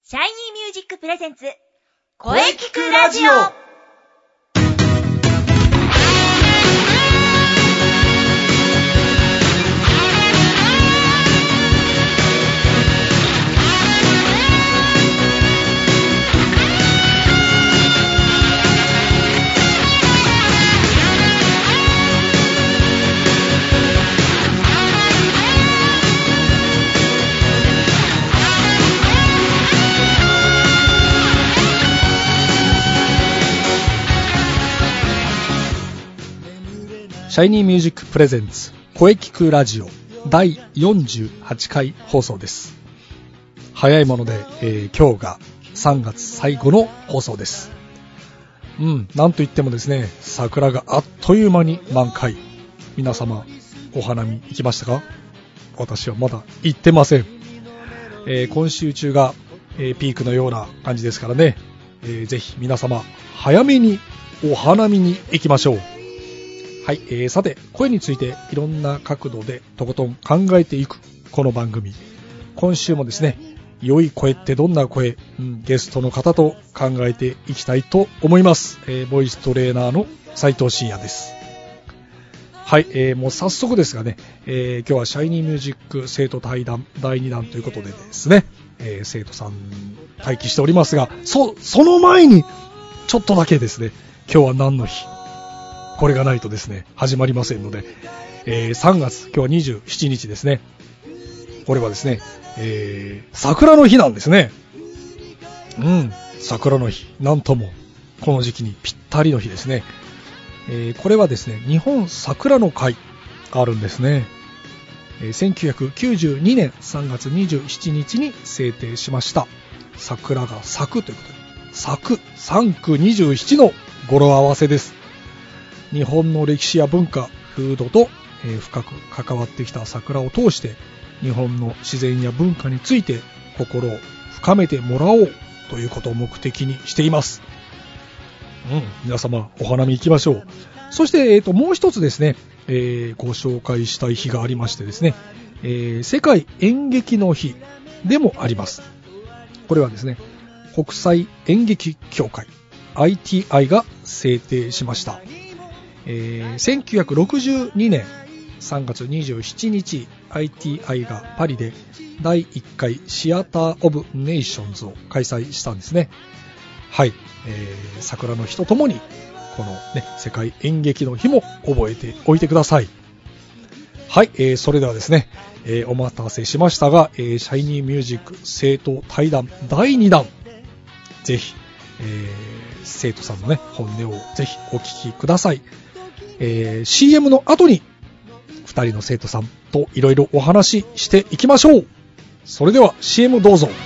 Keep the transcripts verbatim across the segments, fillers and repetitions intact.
シャイニーミュージックプレゼンツ声聞くラジオ。 シャイニーミュージックプレゼンツ声聞くラジオだいよんじゅうはちかい放送です。早いもので、えー、今日がさんがつ最後の放送です。うん、なんといってもですね、桜があっという間に満開。皆様お花見行きましたか？私はまだ行ってません。えー、今週中が、えー、ピークのような感じですからね、えー、ぜひ皆様早めにお花見に行きましょう。はい、えー、さて声についていろんな角度でとことん考えていくこの番組、今週もですね、良い声ってどんな声、うん、ゲストの方と考えていきたいと思います。えー、ボイストレーナーの斉藤真也です。はい、えー、もう早速ですがね、えー、今日はシャイニーミュージック生徒対談だいにだんということでですね、えー、生徒さん待機しておりますが、そその前にちょっとだけですね、今日は何の日、これがないとですね始まりませんので、えー、さんがつ、今日はにじゅうしちにちですね。これはですね、えー、桜の日なんですね。うん、桜の日、なんともこの時期にぴったりの日ですね。えー、これはですね、日本桜の会あるんですね。えー、せんきゅうひゃくきゅうじゅうにねんさんがつにじゅうしちにちに制定しました。桜が咲くということで、咲くさんくにじゅうななの語呂合わせです。日本の歴史や文化、風土と、えー、深く関わってきた桜を通して日本の自然や文化について心を深めてもらおうということを目的にしています。うん、皆様お花見行きましょう。そして、えーと、もう一つですね、えー、ご紹介したい日がありましてですね、えー、世界演劇の日でもあります。これはですね、国際演劇協会 アイティーアイ が制定しました。えー、せんきゅうひゃくろくじゅうにねんさんがつにじゅうしちにち アイティーアイ がパリでだいいっかいシアターオブネーションズを開催したんですね。はい、えー、桜の日とともにこの、ね、世界演劇の日も覚えておいてください。はい、えー、それではですね、えー、お待たせしましたが、えー、シャイニーミュージック生徒対談だいにだん、ぜひ、えー、生徒さんのね本音をぜひお聞きください。えー、シーエム の後にふたりの生徒さんといろいろお話ししていきましょう。それでは シーエム どうぞ。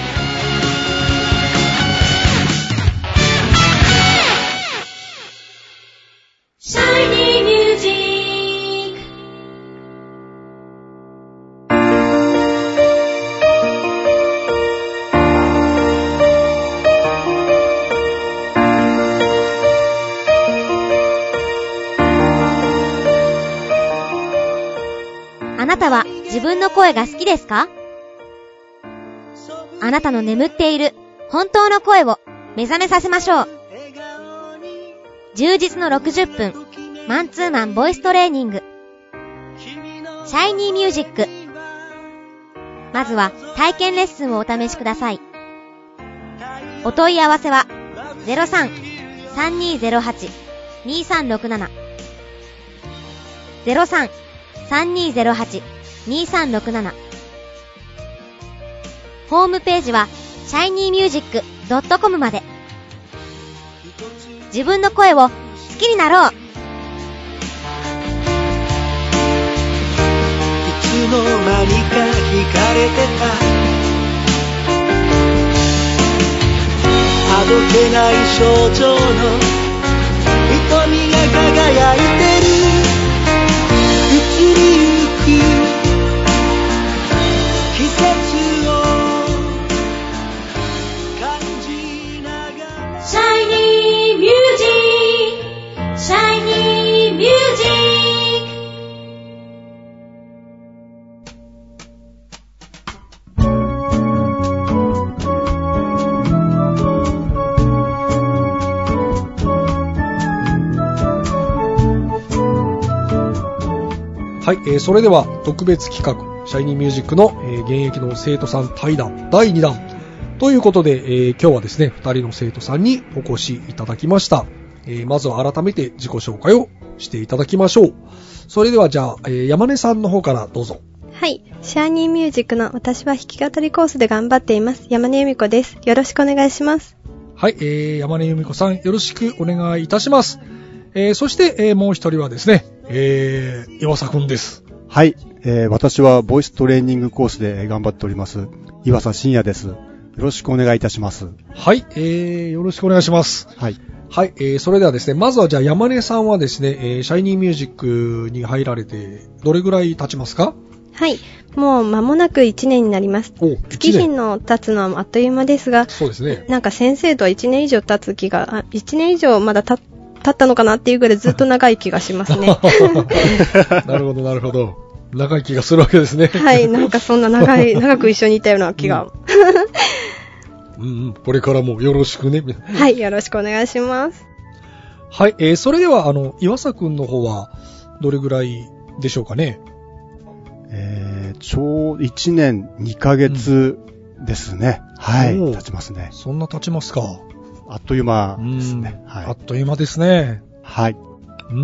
シャイニーミュージック。 あなたは自分の声が好きですか？あなたの眠っている本当の声を目覚めさせましょう。充実のろくじゅっぷんマンツーマンボイストレーニング、シャイニーミュージック。まずは体験レッスンをお試しください。お問い合わせは ゼロさん さんにーゼロはち にーさんろくなな ゼロさん さんにーゼロはち にーさんろくなな。 ホームページは シャイニーミュージックドットコム まで。自分の声を好きになろう。 いつの間にか惹かれてた、あどけない少女の瞳が輝いてる。移りゆく季節を感じながら、 シャイニーミュージック、シャイニーミュージック。 はい、えー、それでは特別企画、シャイニーミュージックの、えー、現役の生徒さん対談だいにだんということで、えー、今日はですね、ふたりの生徒さんにお越しいただきました。えー、まずは改めて自己紹介をしていただきましょう。それではじゃあ、えー、山根さんの方からどうぞ。 はい。シャイニーミュージックの私は弾き語りコースで頑張っています。山根由美子です。よろしくお願いします。 はい、えー、山根由美子さん、よろしくお願いいたします。えー、そして、えー、もう一人はですね、えー、岩佐くんです。 はい、えー、私はボイストレーニングコースで頑張っております、岩佐真也です。よろしくお願いいたします。 はい、えー、よろしくお願いします。 はい。 はい、えー、それではですね、まずはじゃあ山根さんはですね、えー、シャイニーミュージックに入られて、どれぐらい経ちますか？ はい。もう間もなくいちねんになります。月日の経つのはあっという間ですが、 そうですね。 なんか先生とはいちねん以上経つ気が、あ、いちねん以上まだ経ったのかなっていうぐらいずっと長い気がしますね。 なるほど、なるほど。長い気がするわけですね。 はい、なんかそんな長い、長く一緒にいたような気が。 うん、うんうん、これからもよろしくね。 はい、よろしくお願いします。 はい、えー、それでは、あの、岩佐くんの方は、どれぐらいでしょうかね。 えー、ちょうどいちねんにかげつですね。うん、はい、経ちますね。 そんな経ちますか。 あっという間ですね。 はい、あっという間ですね。 はい。 うん。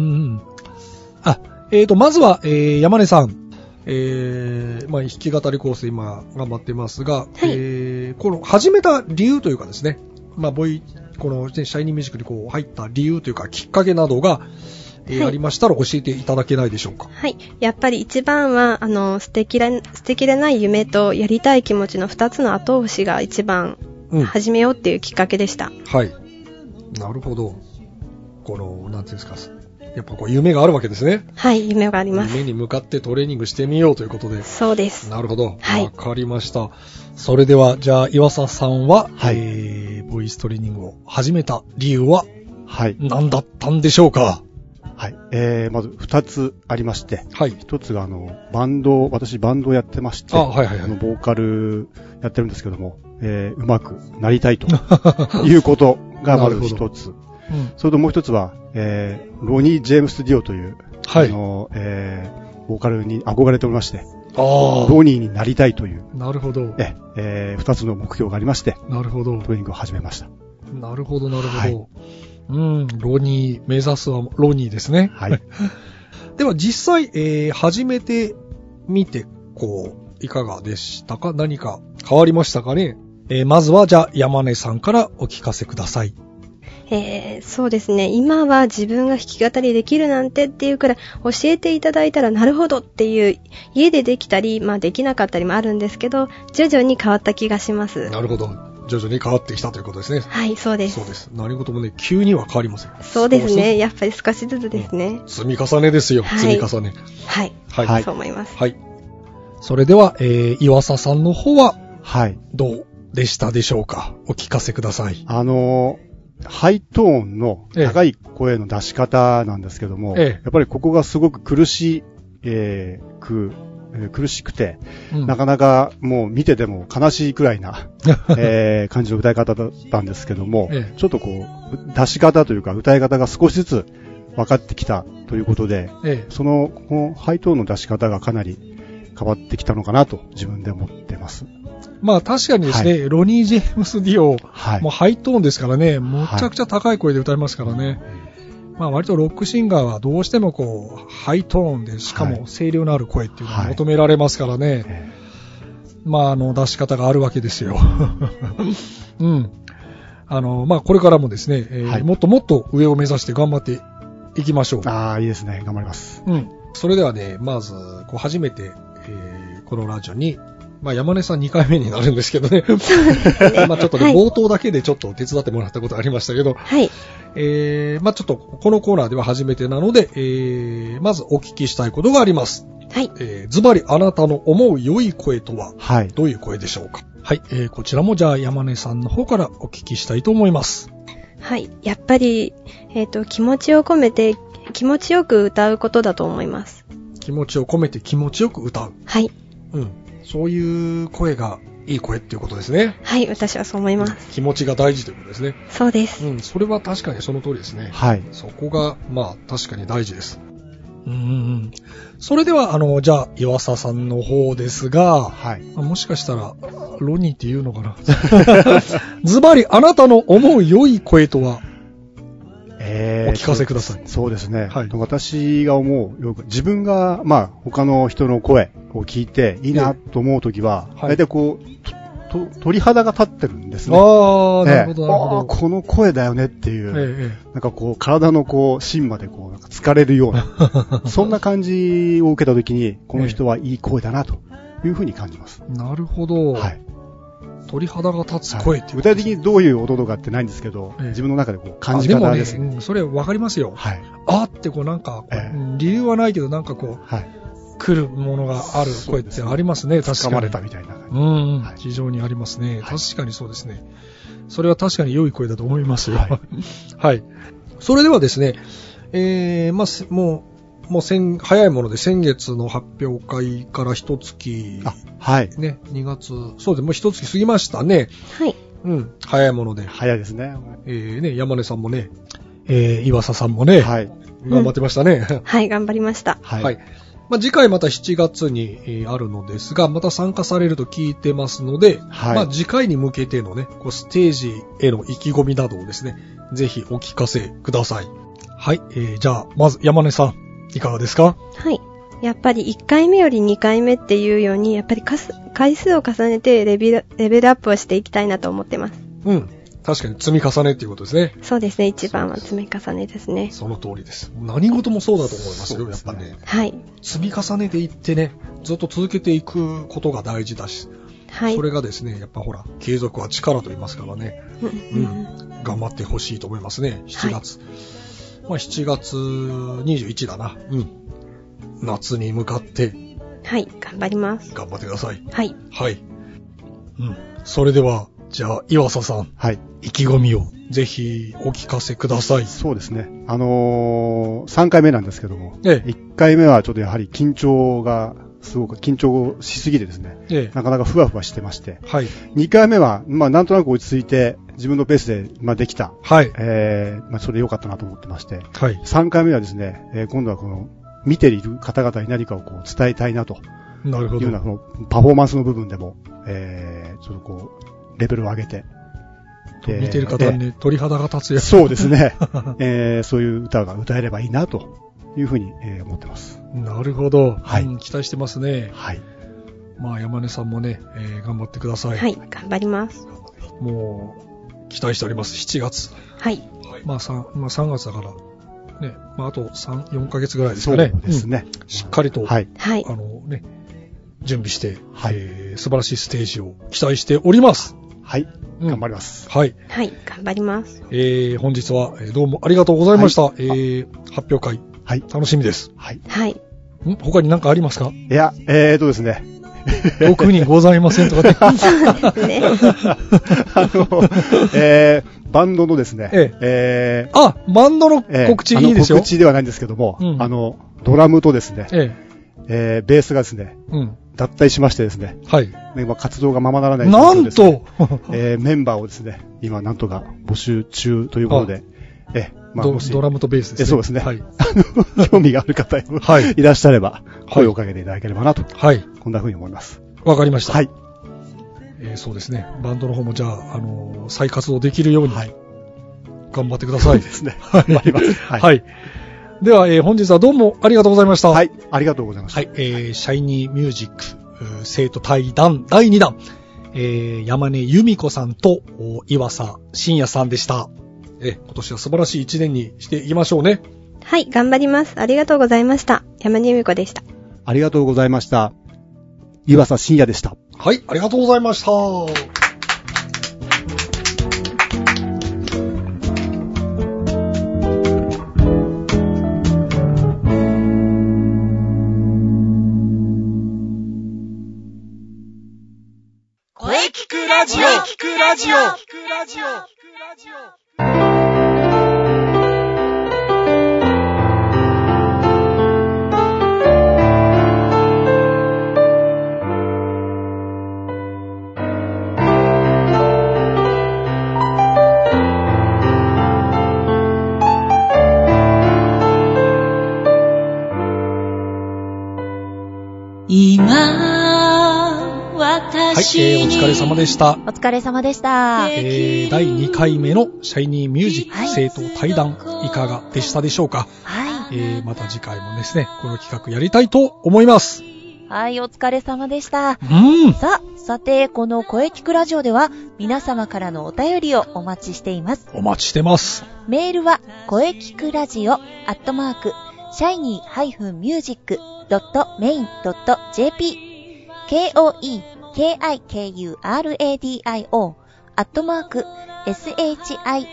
あ、えーと、まずは、えー、山根さん。えー、まあ、弾き語りコース今頑張ってますが、はい、えー、この始めた理由というかですね、まあ、ボイ、このシャイニーミュージックにこう入った理由というかきっかけなどが、えーはい、ありましたら教えていただけないでしょうか。 はい。やっぱり一番は、あの、素敵な、素敵でない夢とやりたい気持ちの二つの後押しが一番、始めようっていうきっかけでした。 うん、はい。なるほど。この、なんていうんですか、やっぱこう夢があるわけですね。 はい、夢があります。 夢に向かってトレーニングしてみようということで。 そうです。 なるほど。 はい。 わかりました。それでは、じゃあ、岩佐さんは、 はい、 えー、ボイストレーニングを始めた理由は、 はい。 何だったんでしょうか？ はい。えー、まず二つありまして。 はい。 一つが、あの、バンド、私バンドをやってまして。 あ、はいはいはい。 あの、ボーカルやってるんですけども、えー、うまくなりたいということがまず一つ。うん、それともう一つは、えー、ロニー・ジェームス・ディオという、はい、あの、えー、ボーカルに憧れておりまして、 あロニーになりたいという、 なるほど。 え、えー、二つの目標がありまして、 なるほど。 トレーニングを始めました。 なるほど、なるほど。はい、うん、ロニー、目指すはロニーですね。 はい。 では実際、えー、始めてみて、こう、いかがでしたか？何か変わりましたかね？えー、まずは、じゃあ、山根さんからお聞かせください。 えー、そうですね。今は自分が弾き語りできるなんてっていうくらい教えていただいたらなるほどっていう、家でできたり、まあできなかったりもあるんですけど、徐々に変わった気がします。 なるほど。徐々に変わってきたということですね。 はい、そうです。 そうです。何事もね、急には変わりません。 そうですね。やっぱり少しずつですね。 うん、積み重ねですよ。はい、積み重ね。 はい。 はい。 はい。そう思います。 はい。それでは、えー、岩佐さんの方は、 はい。 どうでしたでしょうか？お聞かせください。 あのー、ハイトーンの高い声の出し方なんですけども、ええ、やっぱりここがすごく苦し、えー、く、えー、苦しくて、うん、なかなかもう見てても悲しいくらいな、えー、感じの歌い方だったんですけども、ええ、ちょっとこう、出し方というか歌い方が少しずつ分かってきたということで、ええ、その、このハイトーンの出し方がかなり変わってきたのかなと自分で思ってます。 まあ確かにですね、はい、ロニー・ジェームス・ディオ、はい、もうハイトーンですからね、むちゃくちゃ高い声で歌いますからね。はい、まあ割とロックシンガーはどうしてもこう、ハイトーンで、しかも声量のある声っていうのを求められますからね。はい、まああの出し方があるわけですよ。うん。あの、まあこれからもですね、えーはい、もっともっと上を目指して頑張っていきましょう。 ああ、いいですね。頑張ります。 うん。それではね、まず、こう初めて、えー、このラジオに、まあ山根さんにかいめになるんですけどね。まあちょっとね、はい、冒頭だけでちょっと手伝ってもらったことありましたけど、 はい。 えー、まあちょっとこのコーナーでは初めてなので、えー、まずお聞きしたいことがあります。 はい。 えー、ズバリあなたの思う良い声とは、 はい。 どういう声でしょうか？はい。えー、こちらもじゃあ山根さんの方からお聞きしたいと思います。 はい。やっぱり、えっと、気持ちを込めて、気持ちよく歌うことだと思います。 気持ちを込めて気持ちよく歌う。 はい。 うん。そういう声がいい声っていうことですね。 はい、私はそう思います。 気持ちが大事ということですね。 そうです。 うん、それは確かにその通りですね。 はい。 そこが、まあ、確かに大事です。 うん。それでは、あの、じゃあ、岩佐さんの方ですが、 はい。 もしかしたら、ロニーって言うのかなズバリ、あなたの思う良い声とは、えー、お聞かせください。 そうですね。はい。私が思う、よく自分が、まあ、他の人の声を聞いていいなと思うときは、はい、大体こう、と鳥肌が立ってるんですね。 ああ、なるほど、なるほど。 この声だよねっていう、ええ、なんかこう、体のこう、芯までこう、なんか疲れるような、そんな感じを受けたときに、この人はいい声だな、というふうに感じます。 なるほど。はい。鳥肌が立つ声っていう、 はい、具体的にどういう音とかってないんですけど、ええ、自分の中でこう感じ方ですね。 でもね、うん、それわかりますよ。はい。あってこうなんか、ええ、理由はないけどなんかこう、はい。来るものがある声ってありますね、確かに。 掴まれたみたいな。 うん、はい、非常にありますね、はい。確かにそうですね。それは確かに良い声だと思いますよ。はい。はい、それではですね、えー、まあ、もう、もう先、早いもので先月の発表会から一月、 あ、はい。 ね、にがつ、そうです、もう一月過ぎましたね。 はい。 うん、早いもので。 早いですね。 えー、ね、山根さんもね、えー、岩佐さんもね、はい。頑張ってましたね。 うん、はい、頑張りました。 はい。はい、まあ、次回またしちがつに、えー、あるのですが、また参加されると聞いてますので、はい、まあ、次回に向けてのね、こうステージへの意気込みなどをですね、ぜひお聞かせください。はい、えー、じゃあ、まず山根さん、いかがですか？ はい。やっぱりいっかいめよりにかいめっていうように、やっぱり回数を重ねてレベル、レベルアップをしていきたいなと思ってます。 うん。確かに積み重ねっていうことですね。 そうですね。一番は積み重ねですね。 その通りです。何事もそうだと思いますよ、やっぱね。 はい。 積み重ねていってね、ずっと続けていくことが大事だし、はい。それがですね、やっぱほら、継続は力と言いますからね。うん。うん、頑張ってほしいと思いますね、しちがつ。はい、まあしちがつにじゅういちだな。うん。夏に向かって。 はい、頑張ります。 頑張ってください。 はい。 はい。うん。それでは、じゃあ、岩佐さん。はい。意気込みを、ぜひ、お聞かせください。 そうですね。あのー、さんかいめなんですけども、ええ、いっかいめはちょっとやはり緊張が、すごく緊張しすぎてですね、ええ、なかなかふわふわしてまして、はい。にかいめは、まあ、なんとなく落ち着いて、自分のペースで、まあ、できた。はい。えー、まあ、それで良かったなと思ってまして、はい。さんかいめはですね、えー、今度はこの、見ている方々に何かをこう伝えたいなと。なるほど。いうような、このパフォーマンスの部分でも、えー、ちょっとこう、レベルを上げて。 見てる方にね、鳥肌が立つやつ。 そうですね。えー、そういう歌が歌えればいいな、というふうに、えー、思ってます。 なるほど。はい、うん。期待してますね。はい。まあ、山根さんもね、えー、頑張ってください。 はい、頑張ります。 もう、期待しております。しちがつ。 はい。 まあ、さん、まあ、さんがつだから、ね、まあ、あとさん、よんかげつぐらいですかね。 そうですね。 うん、しっかりと、はい。あのね、準備して、はい、えー、素晴らしいステージを期待しております。 はい。うん、頑張ります。 はい。はい、頑張ります。 えー、本日はどうもありがとうございました。はい、えー、発表会。はい。楽しみです。 はい。 はい。 ん他に何かありますか？ いや、えーとですね。 特にございませんとかって。そうですね。 あの、えー、バンドのですね。ええ。えー、あ、バンドの告知、えー、いいですよ。 告知ではないんですけども、うん、あの、ドラムとですね。ええ。えー、ベースがですね。うん。脱退しましてですね。はい。今活動がままならないということです、ね。 なんとえー、メンバーをですね、今なんとか募集中ということで。え、 まあ、もしドラムとベースですね。 え、そうですね。はい。あの、興味がある方はい、いらっしゃれば、声をかけていただければなと。はい。こんな風に思います。 わかりました。はい。えー、そうですね。バンドの方もじゃあ、あのー、再活動できるように。はい。頑張ってください。そうですね。はい。頑張ります。 はい。はい。では、えー、本日はどうもありがとうございました。 はい。ありがとうございました。 はい。えー、シャイニーミュージック、生徒対談だいにだん、えー、山根由美子さんと、岩佐真也さんでした。え、今年は素晴らしい一年にしていきましょうね。 はい、頑張ります。ありがとうございました。山根由美子でした。 ありがとうございました。岩佐真也でした。 はい、ありがとうございました。 声聞くラジオ聞くラジオ聞くラジオはい、えー、お疲れ様でした。 お疲れ様でした。 えー、だいにかいめのシャイニーミュージック、はい、生徒対談いかがでしたでしょうか。 はい。 えー、また次回もですね、この企画やりたいと思います。 はい、お疲れ様でした。 うん。 さあ、さて、この声聞くラジオでは、皆様からのお便りをお待ちしています。 お待ちしてます。 メールは、声聞くラジオ、アットマーク、シャイニー ミュージック ドット メイン ドット ジェーピー、ケーオーイーケーアイケーユーアールエーディーアイオー、アットマーク、シャイニー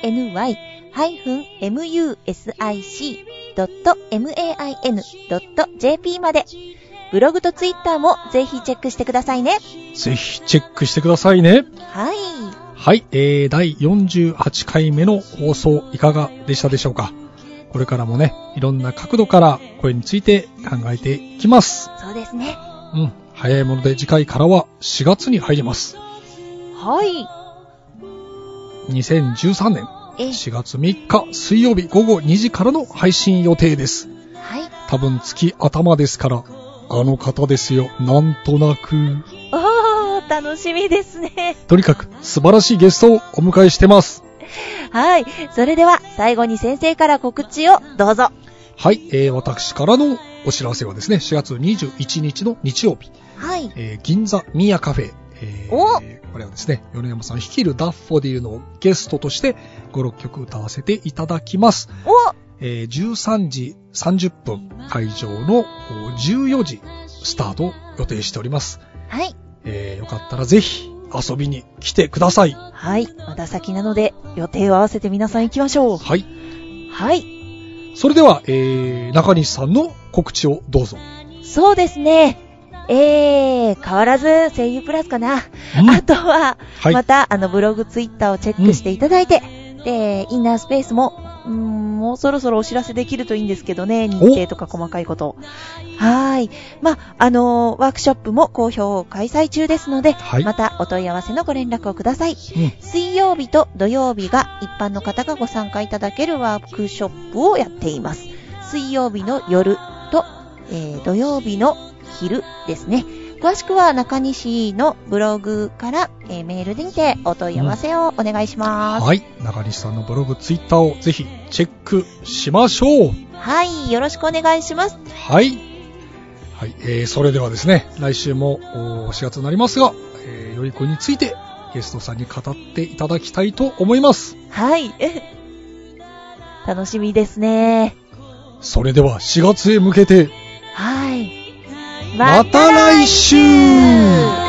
ミュージック ドット メイン ドット ジェーピー まで、ブログとツイッターもぜひチェックしてくださいね。 ぜひチェックしてくださいね。 はい。 はい、えー、だいよんじゅうはちかいめの放送いかがでしたでしょうか。これからもね、いろんな角度から声について考えていきます。 そうですね。 うん。早いもので次回からはしがつに入ります。 はい。 にせんじゅうさんねんしがつみっか水曜日ごごにじからの配信予定です。 はい。 多分月頭ですから、あの方ですよ、なんとなく。 おー、楽しみですね。 とにかく素晴らしいゲストをお迎えしてます。 はい。それでは最後に先生から告知をどうぞ。 はい、えー、私からのお知らせはですね、しがつにじゅういちにちの日曜日。 はい。 えー、銀座ミーヤカフェ。えー、おこれはですね、米山さん率いるダッフォディルのゲストとしてご、ろっきょく歌わせていただきます。 おえー、じゅうさんじさんじゅっぷん会場のじゅうよじスタートを予定しております。 はい。 えー、よかったらぜひ遊びに来てください。 はい。まだ先なので予定を合わせて皆さん行きましょう。 はい。 はい。 それでは、えー、中西さんの告知をどうぞ。 そうですね。えー、変わらず声優プラスかな。うん、あとは、はい、またあのブログ、ツイッターをチェックしていただいて、うん、で、インナースペースも、うーん、もうそろそろお知らせできるといいんですけどね、日程とか細かいこと。はい。まあ、あのー、ワークショップも好評開催中ですので、はい、またお問い合わせのご連絡をください。うん、水曜日と土曜日が一般の方がご参加いただけるワークショップをやっています。水曜日の夜と、えー、土曜日の昼ですね。詳しくは中西のブログから、えー、メールでにてお問い合わせをお願いします。 うん、はい。中西さんのブログ、ツイッターをぜひチェックしましょう。 はい。よろしくお願いします。 はい。はい。えー、それではですね、来週もしがつになりますが、えー、よい子についてゲストさんに語っていただきたいと思います。 はい。楽しみですね。 それではしがつへ向けて、 はい。 また来週。